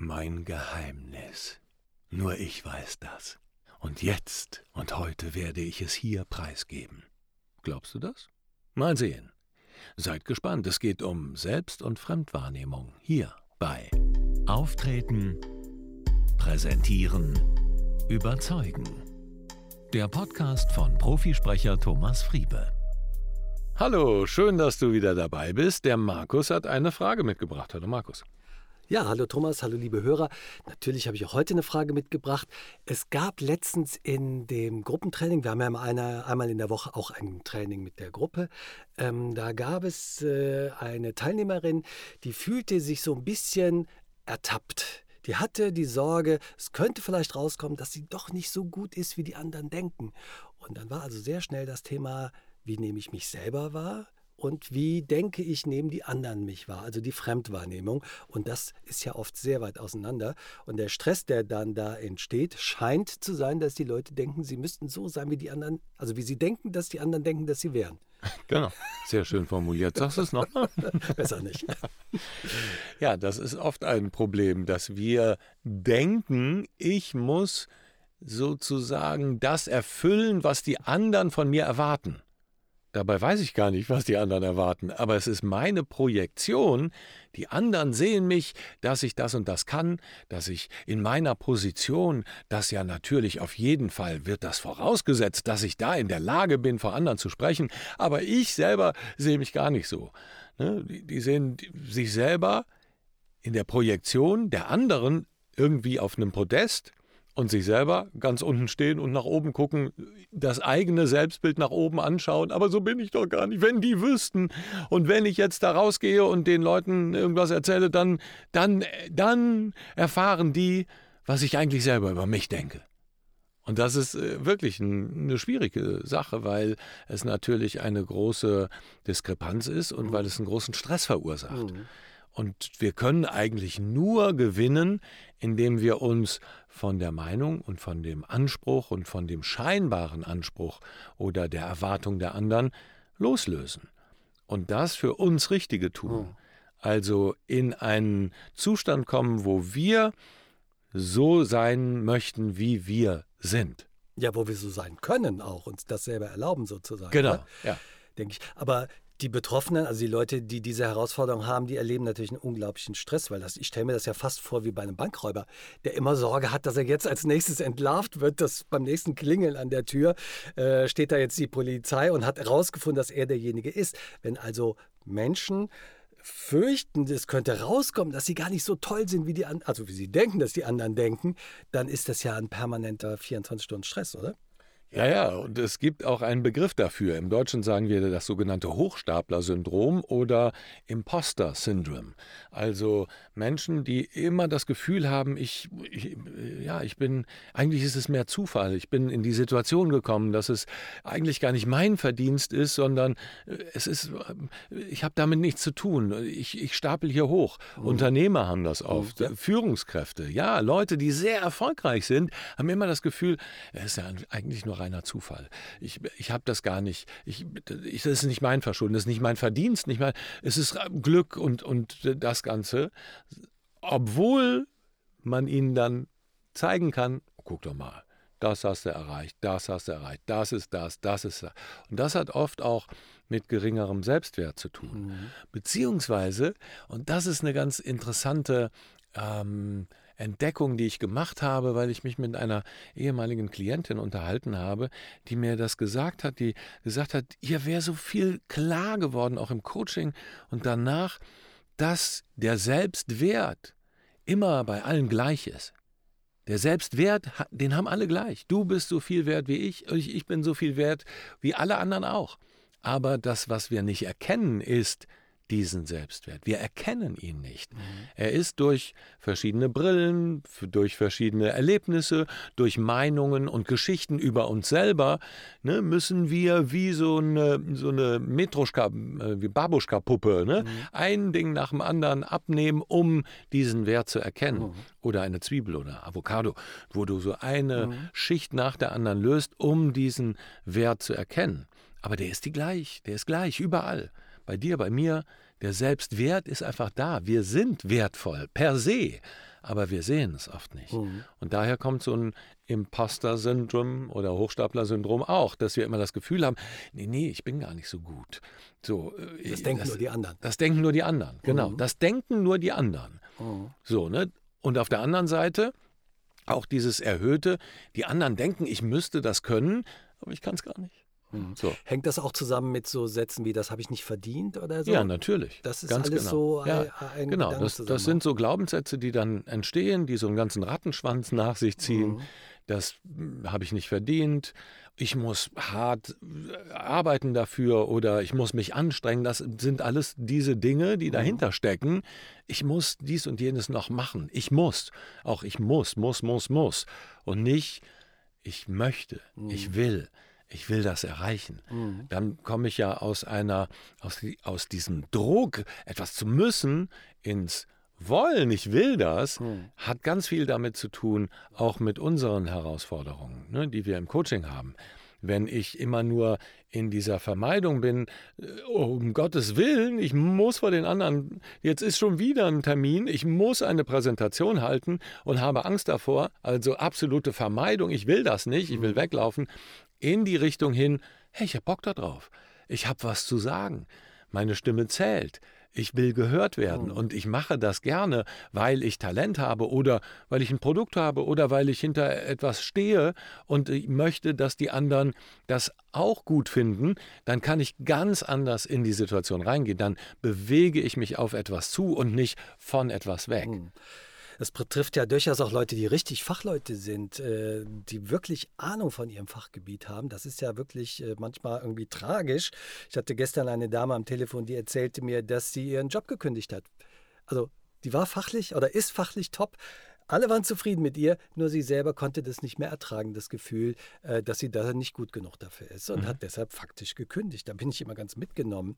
Mein Geheimnis. Nur ich weiß das. Und jetzt und heute werde ich es hier preisgeben. Glaubst du das? Mal sehen. Seid gespannt, es geht um Selbst- und Fremdwahrnehmung. Hier bei Auftreten, Präsentieren, Überzeugen. Der Podcast von Profisprecher Thomas Friebe. Hallo, schön, dass du wieder dabei bist. Der Markus hat eine Frage mitgebracht. Hallo Markus. Ja, hallo Thomas, hallo liebe Hörer. Natürlich habe ich auch heute eine Frage mitgebracht. Es gab letztens in dem Gruppentraining, wir haben ja einmal in der Woche auch ein Training mit der Gruppe, da gab es eine Teilnehmerin, die fühlte sich so ein bisschen ertappt. Die hatte die Sorge, es könnte vielleicht rauskommen, dass sie doch nicht so gut ist, wie die anderen denken. Und dann war also sehr schnell das Thema, wie nehme ich mich selber wahr? Und wie denke ich, nehmen die anderen mich wahr, also die Fremdwahrnehmung. Und das ist ja oft sehr weit auseinander. Und der Stress, der dann da entsteht, scheint zu sein, dass die Leute denken, sie müssten so sein wie die anderen, also wie sie denken, dass die anderen denken, dass sie wären. Genau, sehr schön formuliert. Sagst du es nochmal? Besser nicht. Ja, das ist oft ein Problem, dass wir denken, ich muss sozusagen das erfüllen, was die anderen von mir erwarten. Dabei weiß ich gar nicht, was die anderen erwarten, aber es ist meine Projektion. Die anderen sehen mich, dass ich das und das kann, dass ich in meiner Position, das ja natürlich auf jeden Fall wird das vorausgesetzt, dass ich da in der Lage bin, vor anderen zu sprechen, aber ich selber sehe mich gar nicht so. Die sehen sich selber in der Projektion der anderen irgendwie auf einem Podest und sich selber ganz unten stehen und nach oben gucken, das eigene Selbstbild nach oben anschauen. Aber so bin ich doch gar nicht. Wenn die wüssten und wenn ich jetzt da rausgehe und den Leuten irgendwas erzähle, dann erfahren die, was ich eigentlich selber über mich denke. Und das ist wirklich eine schwierige Sache, weil es natürlich eine große Diskrepanz ist und weil es einen großen Stress verursacht. Und wir können eigentlich nur gewinnen, indem wir uns von der Meinung und von dem Anspruch und von dem scheinbaren Anspruch oder der Erwartung der anderen loslösen. Und das für uns Richtige tun. Also in einen Zustand kommen, wo wir so sein möchten, wie wir sind. Ja, wo wir so sein können auch, uns das selber erlauben sozusagen. Genau, ne? ja. Denke ich. Aber die Betroffenen, also die Leute, die diese Herausforderung haben, die erleben natürlich einen unglaublichen Stress, weil ich stelle mir das ja fast vor wie bei einem Bankräuber, der immer Sorge hat, dass er jetzt als nächstes entlarvt wird, dass beim nächsten Klingeln an der Tür steht da jetzt die Polizei und hat herausgefunden, dass er derjenige ist. Wenn also Menschen fürchten, es könnte rauskommen, dass sie gar nicht so toll sind, wie die anderen, also wie sie denken, dass die anderen denken, dann ist das ja ein permanenter 24-Stunden-Stress, oder? Ja, und es gibt auch einen Begriff dafür. Im Deutschen sagen wir das sogenannte Hochstapler-Syndrom oder Imposter-Syndrom. Also Menschen, die immer das Gefühl haben, ich bin, eigentlich ist es mehr Zufall. Ich bin in die Situation gekommen, dass es eigentlich gar nicht mein Verdienst ist, sondern ich habe damit nichts zu tun. Ich stapel hier hoch. Unternehmer haben das oft. Ja. Führungskräfte, ja, Leute, die sehr erfolgreich sind, haben immer das Gefühl, es ist ja eigentlich nur reiner Zufall. Ich habe das gar nicht. Das ist nicht mein Verschulden, das ist nicht mein Verdienst, es ist Glück und das Ganze. Obwohl man ihnen dann zeigen kann, guck doch mal, das hast du erreicht, das ist das. Und das hat oft auch mit geringerem Selbstwert zu tun. Beziehungsweise, und das ist eine ganz interessante Entdeckung, die ich gemacht habe, weil ich mich mit einer ehemaligen Klientin unterhalten habe, die mir das gesagt hat, die gesagt hat, ihr wäre so viel klar geworden, auch im Coaching und danach, dass der Selbstwert immer bei allen gleich ist. Der Selbstwert, den haben alle gleich. Du bist so viel wert wie ich bin so viel wert wie alle anderen auch. Aber das, was wir nicht erkennen, ist diesen Selbstwert. Wir erkennen ihn nicht. Er ist durch verschiedene Brillen, durch verschiedene Erlebnisse, durch Meinungen und Geschichten über uns selber, müssen wir wie so eine Metroschka, wie Babuschka-Puppe, ein Ding nach dem anderen abnehmen, um diesen Wert zu erkennen. Oder eine Zwiebel oder Avocado, wo du so eine Schicht nach der anderen löst, um diesen Wert zu erkennen. Aber der ist gleich überall. Bei dir, bei mir, Der Selbstwert ist einfach da. Wir sind wertvoll per se, aber wir sehen es oft nicht. Und daher kommt so ein Imposter-Syndrom oder Hochstapler-Syndrom auch, dass wir immer das Gefühl haben, nee, ich bin gar nicht so gut. So, das denken nur die anderen. Das denken nur die anderen, genau. Das denken nur die anderen. So, ne? Und auf der anderen Seite auch dieses Erhöhte, die anderen denken, ich müsste das können, aber ich kann es gar nicht. So. Hängt das auch zusammen mit so Sätzen wie, das habe ich nicht verdient oder so? Ja, natürlich. Das ist ganz alles genau. so ein genau. Das sind so Glaubenssätze, die dann entstehen, die so einen ganzen Rattenschwanz nach sich ziehen. Das habe ich nicht verdient. Ich muss hart arbeiten dafür oder ich muss mich anstrengen. Das sind alles diese Dinge, die dahinter stecken. Ich muss dies und jenes noch machen. Ich muss. Auch ich muss. Und nicht, ich möchte, ich will. Ich will das erreichen. Dann komme ich ja aus diesem Druck, etwas zu müssen, ins Wollen, ich will das, hat ganz viel damit zu tun, auch mit unseren Herausforderungen, ne, die wir im Coaching haben. Wenn ich immer nur in dieser Vermeidung bin, um Gottes Willen, ich muss vor den anderen, jetzt ist schon wieder ein Termin, ich muss eine Präsentation halten und habe Angst davor, also absolute Vermeidung, ich will das nicht, ich will weglaufen, in die Richtung hin, hey, ich habe Bock da drauf, ich habe was zu sagen, meine Stimme zählt. Ich will gehört werden und ich mache das gerne, weil ich Talent habe oder weil ich ein Produkt habe oder weil ich hinter etwas stehe und ich möchte, dass die anderen das auch gut finden, dann kann ich ganz anders in die Situation reingehen. Dann bewege ich mich auf etwas zu und nicht von etwas weg. Das betrifft ja durchaus auch Leute, die richtig Fachleute sind, die wirklich Ahnung von ihrem Fachgebiet haben. Das ist ja wirklich manchmal irgendwie tragisch. Ich hatte gestern eine Dame am Telefon, die erzählte mir, dass sie ihren Job gekündigt hat. Also die war fachlich oder ist fachlich top. Alle waren zufrieden mit ihr, nur sie selber konnte das nicht mehr ertragen, das Gefühl, dass sie da nicht gut genug dafür ist und hat deshalb faktisch gekündigt. Da bin ich immer ganz mitgenommen.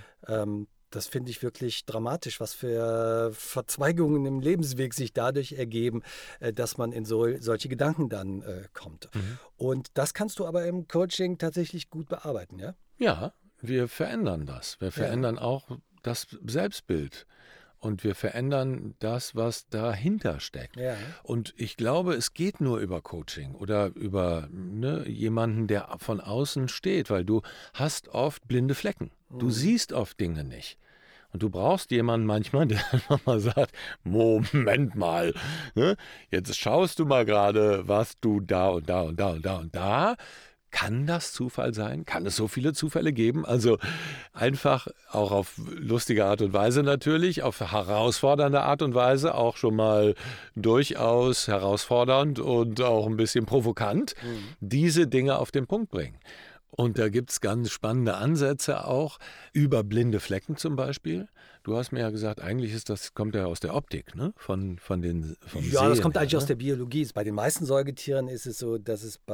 Das finde ich wirklich dramatisch, was für Verzweigungen im Lebensweg sich dadurch ergeben, dass man in solche Gedanken dann kommt. Und das kannst du aber im Coaching tatsächlich gut bearbeiten, ja? Ja, wir verändern das. Wir verändern auch das Selbstbild. Und wir verändern das, was dahinter steckt. Ja. Und ich glaube, es geht nur über Coaching oder über jemanden, der von außen steht, weil du hast oft blinde Flecken. Du siehst oft Dinge nicht. Und du brauchst jemanden manchmal, der einfach mal sagt, Moment mal, ne? Jetzt schaust du mal gerade, was du da und da und da und da und da. Kann das Zufall sein? Kann es so viele Zufälle geben? Also einfach auch auf lustige Art und Weise natürlich, auf herausfordernde Art und Weise, auch schon mal durchaus herausfordernd und auch ein bisschen provokant, diese Dinge auf den Punkt bringen. Und da gibt es ganz spannende Ansätze auch über blinde Flecken zum Beispiel. Du hast mir ja gesagt, eigentlich kommt ja aus der Optik, ne? Vom ja, das kommt eigentlich aus der Biologie. Bei den meisten Säugetieren ist es so, dass es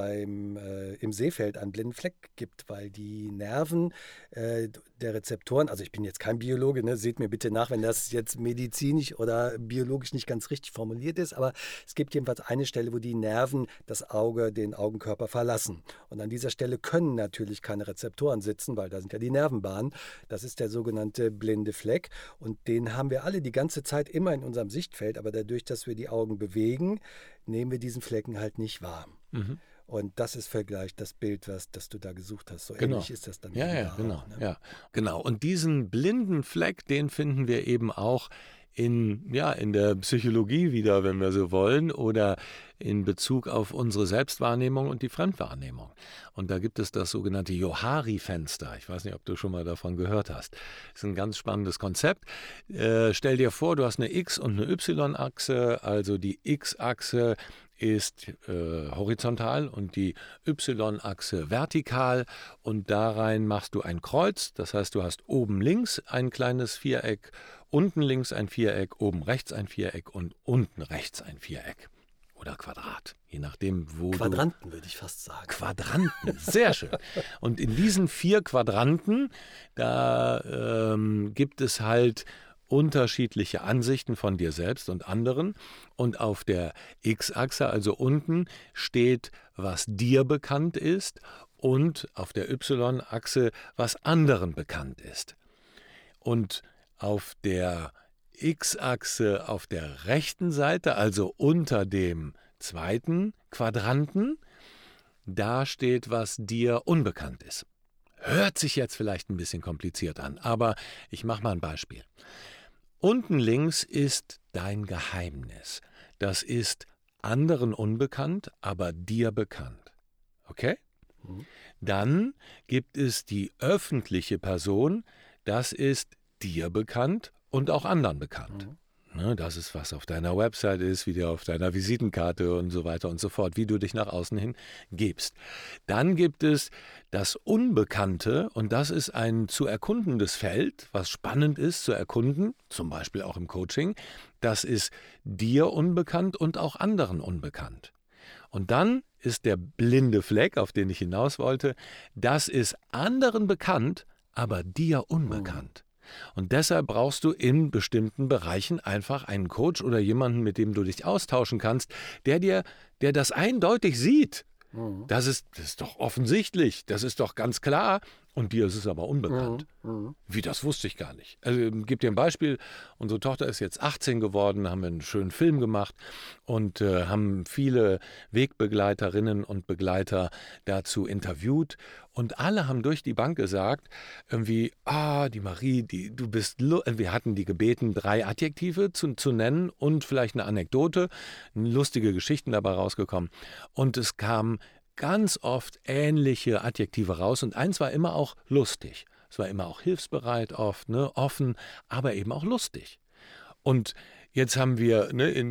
im Sehfeld einen blinden Fleck gibt, weil die Nerven der Rezeptoren, also ich bin jetzt kein Biologe, ne? Seht mir bitte nach, wenn das jetzt medizinisch oder biologisch nicht ganz richtig formuliert ist, aber es gibt jedenfalls eine Stelle, wo die Nerven den Augenkörper verlassen. Und an dieser Stelle können natürlich keine Rezeptoren sitzen, weil da sind ja die Nervenbahnen. Das ist der sogenannte blinde Fleck. Und den haben wir alle die ganze Zeit immer in unserem Sichtfeld, aber dadurch, dass wir die Augen bewegen, nehmen wir diesen Flecken halt nicht wahr. Und das ist vielleicht das Bild, das du da gesucht hast. So ähnlich ist das dann. Ja, genau. Auch, ne? Ja, genau. Und diesen blinden Fleck, den finden wir eben auch in der Psychologie wieder, wenn wir so wollen, oder in Bezug auf unsere Selbstwahrnehmung und die Fremdwahrnehmung. Und da gibt es das sogenannte Johari-Fenster. Ich weiß nicht, ob du schon mal davon gehört hast. Das ist ein ganz spannendes Konzept. Stell dir vor, du hast eine X- und eine Y-Achse. Also die X-Achse ist horizontal und die Y-Achse vertikal. Und da rein machst du ein Kreuz. Das heißt, du hast oben links ein kleines Viereck, unten links ein Viereck, oben rechts ein Viereck und unten rechts ein Viereck. Oder Quadrat, je nachdem, wo Quadranten würde ich fast sagen. Quadranten, sehr schön. Und in diesen 4 Quadranten, da gibt es halt unterschiedliche Ansichten von dir selbst und anderen. Und auf der X-Achse, also unten, steht, was dir bekannt ist, und auf der Y-Achse, was anderen bekannt ist. Und auf der X-Achse auf der rechten Seite, also unter dem zweiten Quadranten, da steht, was dir unbekannt ist. Hört sich jetzt vielleicht ein bisschen kompliziert an, aber ich mache mal ein Beispiel. Unten links ist dein Geheimnis. Das ist anderen unbekannt, aber dir bekannt. Okay? Dann gibt es die öffentliche Person, das ist dir bekannt und auch anderen bekannt. Das ist, was auf deiner Website ist, wie dir auf deiner Visitenkarte und so weiter und so fort, wie du dich nach außen hin gibst. Dann gibt es das Unbekannte und das ist ein zu erkundendes Feld, was spannend ist zu erkunden, zum Beispiel auch im Coaching. Das ist dir unbekannt und auch anderen unbekannt. Und dann ist der blinde Fleck, auf den ich hinaus wollte, das ist anderen bekannt, aber dir unbekannt. Und deshalb brauchst du in bestimmten Bereichen einfach einen Coach oder jemanden, mit dem du dich austauschen kannst, der das eindeutig sieht. Das ist doch offensichtlich, das ist doch ganz klar. Und dir ist es aber unbekannt. Wie, das wusste ich gar nicht. Also, ich gebe dir ein Beispiel. Unsere Tochter ist jetzt 18 geworden, haben einen schönen Film gemacht und haben viele Wegbegleiterinnen und Begleiter dazu interviewt. Und alle haben durch die Bank gesagt, irgendwie, die Marie, wir hatten die gebeten, 3 Adjektive zu nennen und vielleicht eine Anekdote, lustige Geschichten dabei rausgekommen. Und es kam ganz oft ähnliche Adjektive raus und eins war immer auch lustig. Es war immer auch hilfsbereit oft, offen, aber eben auch lustig. Und jetzt haben wir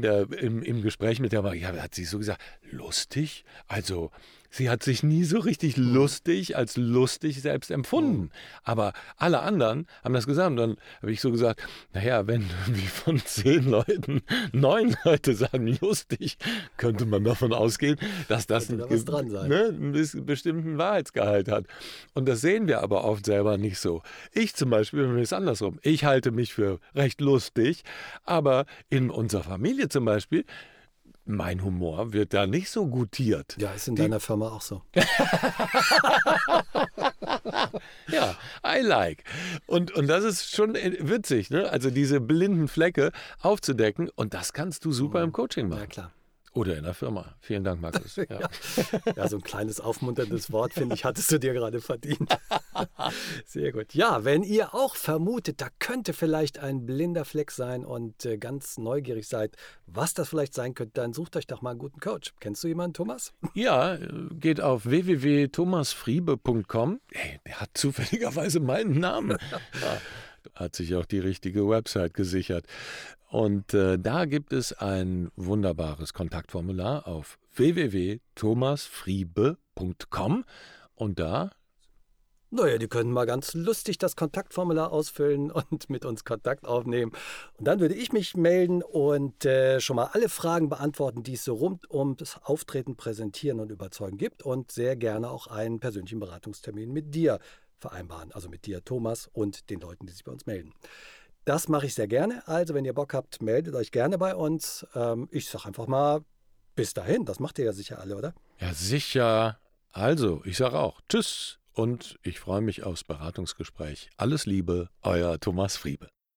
im Gespräch mit der Maria, hat sie so gesagt, lustig? Also sie hat sich nie so richtig lustig als lustig selbst empfunden. Aber alle anderen haben das gesagt. Und dann habe ich so gesagt, naja, wenn wie von 10 Leuten 9 Leute sagen lustig, könnte man davon ausgehen, dass das einen bestimmten Wahrheitsgehalt hat. Und das sehen wir aber oft selber nicht so. Ich zum Beispiel, bei mir ist andersrum. Ich halte mich für recht lustig, aber in unserer Familie zum Beispiel, mein Humor wird da nicht so gutiert. Ja, ist in deiner Firma auch so. Ja, I like. Und das ist schon witzig, ne? Also diese blinden Flecke aufzudecken und das kannst du super im Coaching machen. Ja, klar. Oder in der Firma. Vielen Dank, Markus. Ja. Ja, so ein kleines aufmunterndes Wort, finde ich, hattest du dir gerade verdient. Sehr gut. Ja, wenn ihr auch vermutet, da könnte vielleicht ein blinder Fleck sein und ganz neugierig seid, was das vielleicht sein könnte, dann sucht euch doch mal einen guten Coach. Kennst du jemanden, Thomas? Ja, geht auf www.thomasfriebe.com. Hey, der hat zufälligerweise meinen Namen. Ja, hat sich auch die richtige Website gesichert. Und da gibt es ein wunderbares Kontaktformular auf www.thomasfriebe.com und da... Naja, die können mal ganz lustig das Kontaktformular ausfüllen und mit uns Kontakt aufnehmen. Und dann würde ich mich melden und schon mal alle Fragen beantworten, die es so rund um das Auftreten, Präsentieren und Überzeugen gibt und sehr gerne auch einen persönlichen Beratungstermin mit dir vereinbaren. Also mit dir, Thomas, und den Leuten, die sich bei uns melden. Das mache ich sehr gerne. Also, wenn ihr Bock habt, meldet euch gerne bei uns. Ich sage einfach mal, bis dahin. Das macht ihr ja sicher alle, oder? Ja, sicher. Also, ich sage auch Tschüss und ich freue mich aufs Beratungsgespräch. Alles Liebe, euer Thomas Friebe.